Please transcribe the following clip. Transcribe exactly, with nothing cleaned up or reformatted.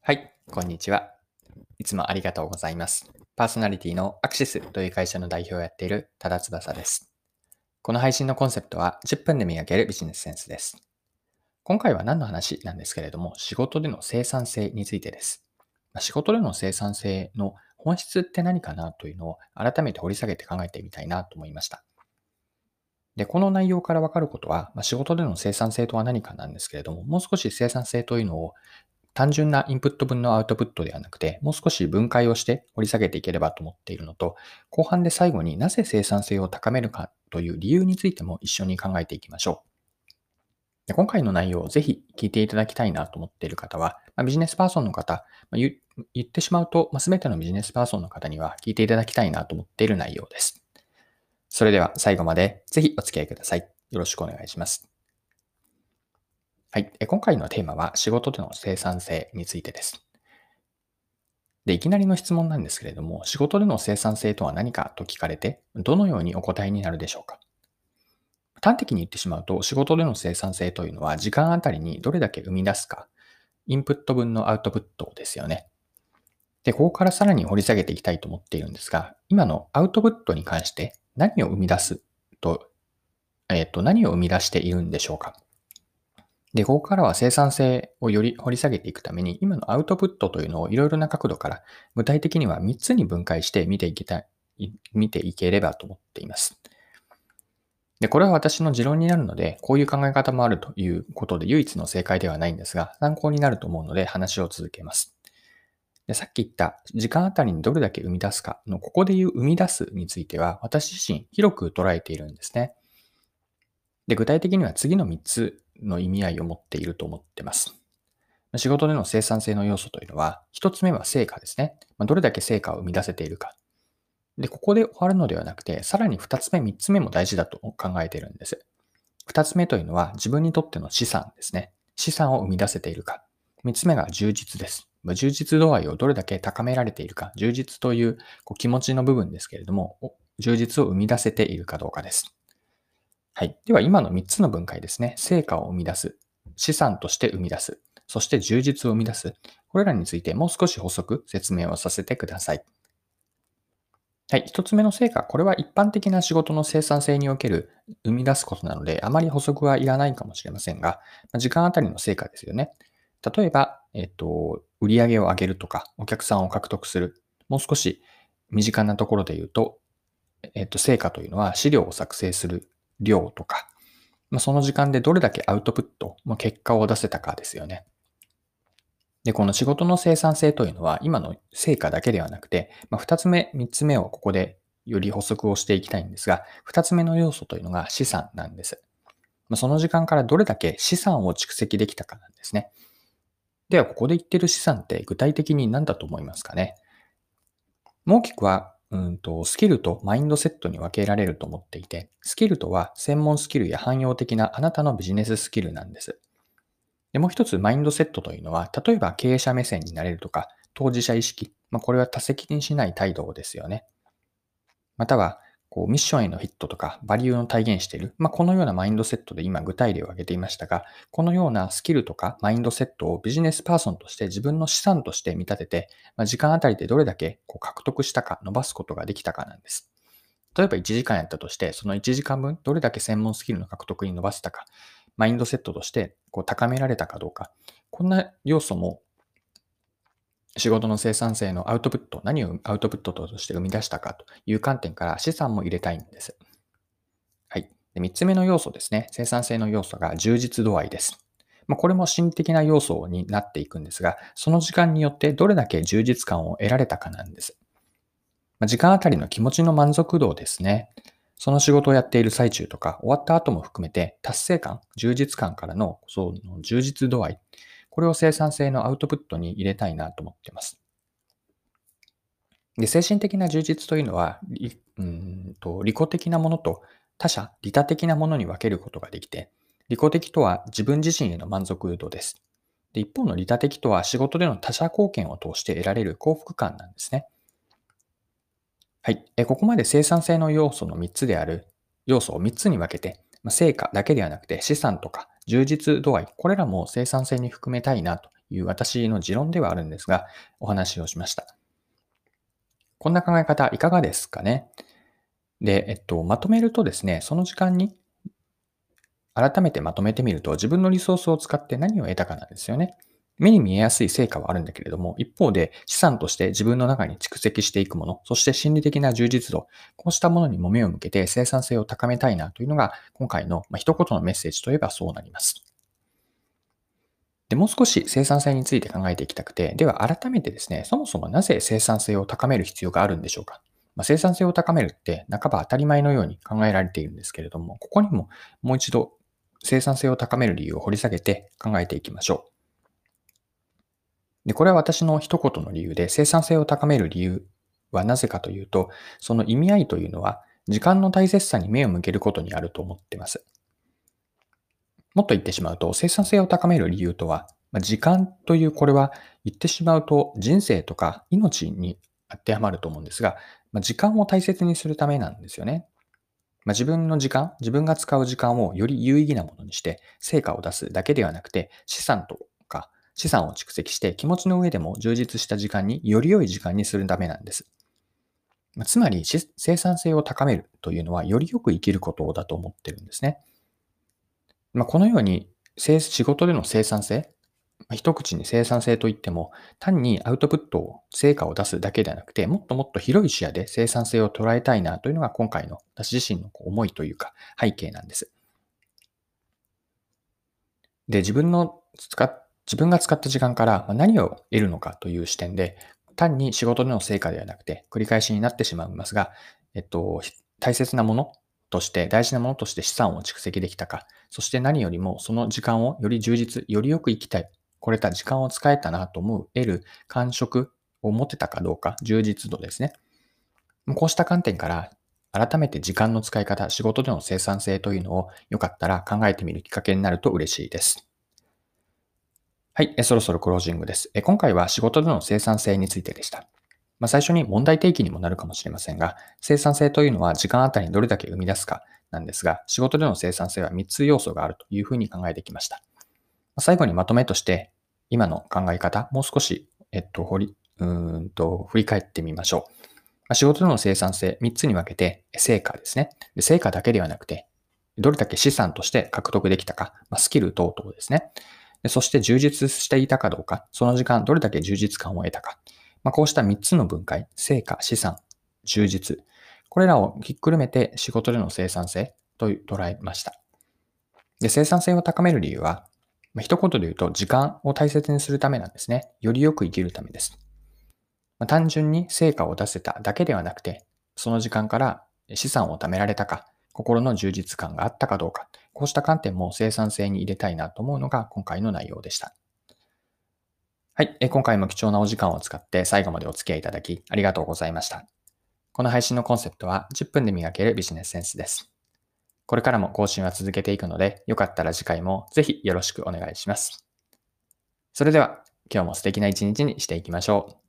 はい、こんにちは。いつもありがとうございます。パーソナリティのアクシスという会社の代表をやっている多田翼です。この配信のコンセプトはじゅっぷんで磨けるビジネスセンスです。今回は何の話なんですけれども、仕事での生産性についてです。まあ仕事での生産性の本質って何かなというのを改めて掘り下げて考えてみたいなと思いました。で、この内容からわかることは、まあ仕事での生産性とは何かなんですけれども、もう少し生産性というのを単純なインプット分のアウトプットではなくて、もう少し分解をして掘り下げていければと思っているのと、後半で最後になぜ生産性を高めるかという理由についても一緒に考えていきましょう。で今回の内容をぜひ聞いていただきたいなと思っている方は、まあビジネスパーソンの方、まあ言言ってしまうと、まあ、全てのビジネスパーソンの方には聞いていただきたいなと思っている内容です。それでは最後までぜひお付き合いください。よろしくお願いします。はい。え今回のテーマは仕事での生産性についてです。で、いきなりの質問なんですけれども、仕事での生産性とは何かと聞かれて、どのようにお答えになるでしょうか？端的に言ってしまうと、仕事での生産性というのは、時間あたりにどれだけ生み出すか、インプット分のアウトプットですよね。で、ここからさらに掘り下げていきたいと思っているんですが、今のアウトプットに関して何を生み出すと、えっと、何を生み出しているんでしょうか？で、ここからは生産性をより掘り下げていくために、今のアウトプットというのをいろいろな角度から、具体的にはみっつに分解して見ていきたい、い見ていければと思っています。で、これは私の持論になるので、こういう考え方もあるということで唯一の正解ではないんですが、参考になると思うので話を続けます。で、さっき言った時間あたりにどれだけ生み出すかの、ここで言う生み出すについては、私自身広く捉えているんですね。で、具体的には次のみっつの意味合いを持っていると思っています。仕事での生産性の要素というのは、一つ目は成果ですね。どれだけ成果を生み出せているか。で、ここで終わるのではなくて、さらに二つ目、三つ目も大事だと考えているんです。二つ目というのは、自分にとっての資産ですね。資産を生み出せているか。三つ目が充実です。充実度合いをどれだけ高められているか。充実というこう気持ちの部分ですけれども、充実を生み出せているかどうかです。はい。では、今の三つの分解ですね。成果を生み出す。資産として生み出す。そして充実を生み出す。これらについてもう少し補足、説明をさせてください。はい。一つ目の成果。これは一般的な仕事の生産性における生み出すことなので、あまり補足はいらないかもしれませんが、時間あたりの成果ですよね。例えば、えっと、売上を上げるとか、お客さんを獲得する。もう少し身近なところで言うと、えっと、成果というのは資料を作成する量とか、まあ、その時間でどれだけアウトプット、まあ、結果を出せたかですよね。で、この仕事の生産性というのは、今の成果だけではなくて、まあ、二つ目、三つ目をここでより補足をしていきたいんですが、二つ目の要素というのが資産なんです。まあ、その時間からどれだけ資産を蓄積できたかなんですね。では、ここで言っている資産って具体的に何だと思いますかね。大きくは、うんと、スキルとマインドセットに分けられると思っていて、スキルとは専門スキルや汎用的なあなたのビジネススキルなんです。で、もう一つマインドセットというのは、例えば経営者目線になれるとか、当事者意識。まあ、これは多責にしない態度ですよね。または、こう、ミッションへのヒットとか、バリューの体現している。まあ、このようなマインドセットで今具体例を挙げていましたが、このようなスキルとかマインドセットをビジネスパーソンとして自分の資産として見立てて、まあ、時間あたりでどれだけこう獲得したか、伸ばすことができたかなんです。例えばいちじかんやったとして、そのいちじかんぶんどれだけ専門スキルの獲得に伸ばせたか、マインドセットとしてこう高められたかどうか、こんな要素も仕事の生産性のアウトプット、何をアウトプットとして生み出したかという観点から資産も入れたいんです。はい。でみっつめの要素ですね。生産性の要素が充実度合いです。まあ、これも心的な要素になっていくんですが、その時間によってどれだけ充実感を得られたかなんです。まあ、時間あたりの気持ちの満足度ですね。その仕事をやっている最中とか、終わった後も含めて、達成感、充実感からの、その充実度合い、これを生産性のアウトプットに入れたいなと思っています。で、精神的な充実というのは、りうんと利己的なものと他者、利他的なものに分けることができて、利己的とは自分自身への満足度です。で、一方の利他的とは仕事での他者貢献を通して得られる幸福感なんですね。はい。えここまで生産性の要素のみっつである要素をみっつに分けて、まあ成果だけではなくて資産とか充実度合い、これらも生産性に含めたいなという私の持論ではあるんですが、お話をしました。こんな考え方いかがですかね。で、えっと、まとめるとですね、その時間に改めてまとめてみると、自分のリソースを使って何を得たかなんですよね。目に見えやすい成果はあるんだけれども、一方で資産として自分の中に蓄積していくもの、そして心理的な充実度、こうしたものにも目を向けて生産性を高めたいなというのが、今回の、まあ、一言のメッセージといえばそうなります。で、もう少し生産性について考えていきたくて、では改めてですね、そもそもなぜ生産性を高める必要があるんでしょうか。まあ、生産性を高めるって半ば当たり前のように考えられているんですけれども、ここにももう一度生産性を高める理由を掘り下げて考えていきましょう。で、これは私の一言の理由で、生産性を高める理由はなぜかというと、その意味合いというのは、時間の大切さに目を向けることにあると思っています。もっと言ってしまうと、生産性を高める理由とは、まあ時間というこれは言ってしまうと人生とか命に当てはまると思うんですが、まあ、時間を大切にするためなんですよね。まあ、自分の時間、自分が使う時間をより有意義なものにして成果を出すだけではなくて、資産とか資産を蓄積して気持ちの上でも充実した時間により良い時間にするためなんです。まあつまりし生産性を高めるというのはよりよく生きることだと思ってるんですね。まあ、このようにせ仕事での生産性、まあ一口に生産性といっても、単にアウトプットを、成果を出すだけではなくて、もっともっと広い視野で生産性を捉えたいなというのが今回の私自身の思いというか背景なんです。で、自分の使っ、自分が使った時間から何を得るのかという視点で、単に仕事での成果ではなくて、繰り返しになってしまいますが、えっと、大切なものとして、大事なものとして資産を蓄積できたか、そして何よりもその時間をより充実、よりよく生きたい、これた時間を使えたなと思う、得る感触を持てたかどうか、充実度ですね。こうした観点から、改めて時間の使い方、仕事での生産性というのをよかったら考えてみるきっかけになると嬉しいです。はい、えそろそろクロージングです。え今回は仕事での生産性についてでした。まあ、最初に問題提起にもなるかもしれませんが、生産性というのは時間あたりにどれだけ生み出すかなんですが、仕事での生産性はみっつ要素があるというふうに考えてきました。最後にまとめとして、今の考え方、もう少し、えっと、掘り、うーんと、振り返ってみましょう。まあ仕事での生産性、みっつに分けて、成果ですね。で成果だけではなくて、どれだけ資産として獲得できたか、まあ、スキル等々ですね。でそして充実していたかどうか、その時間どれだけ充実感を得たか。まあ、こうしたみっつの分解、成果、資産、充実。これらをひっくるめて仕事での生産性と捉えました。で、生産性を高める理由は、まあ、一言で言うと時間を大切にするためなんですね。よりよく生きるためです。まあ、単純に成果を出せただけではなくて、その時間から資産を貯められたか、心の充実感があったかどうか、こうした観点も生産性に入れたいなと思うのが今回の内容でした。はい。今回も貴重なお時間を使って最後までお付き合いいただきありがとうございました。この配信のコンセプトはじゅっぷんで磨けるビジネスセンスです。これからも更新は続けていくので、よかったら次回もぜひよろしくお願いします。それでは今日も素敵な一日にしていきましょう。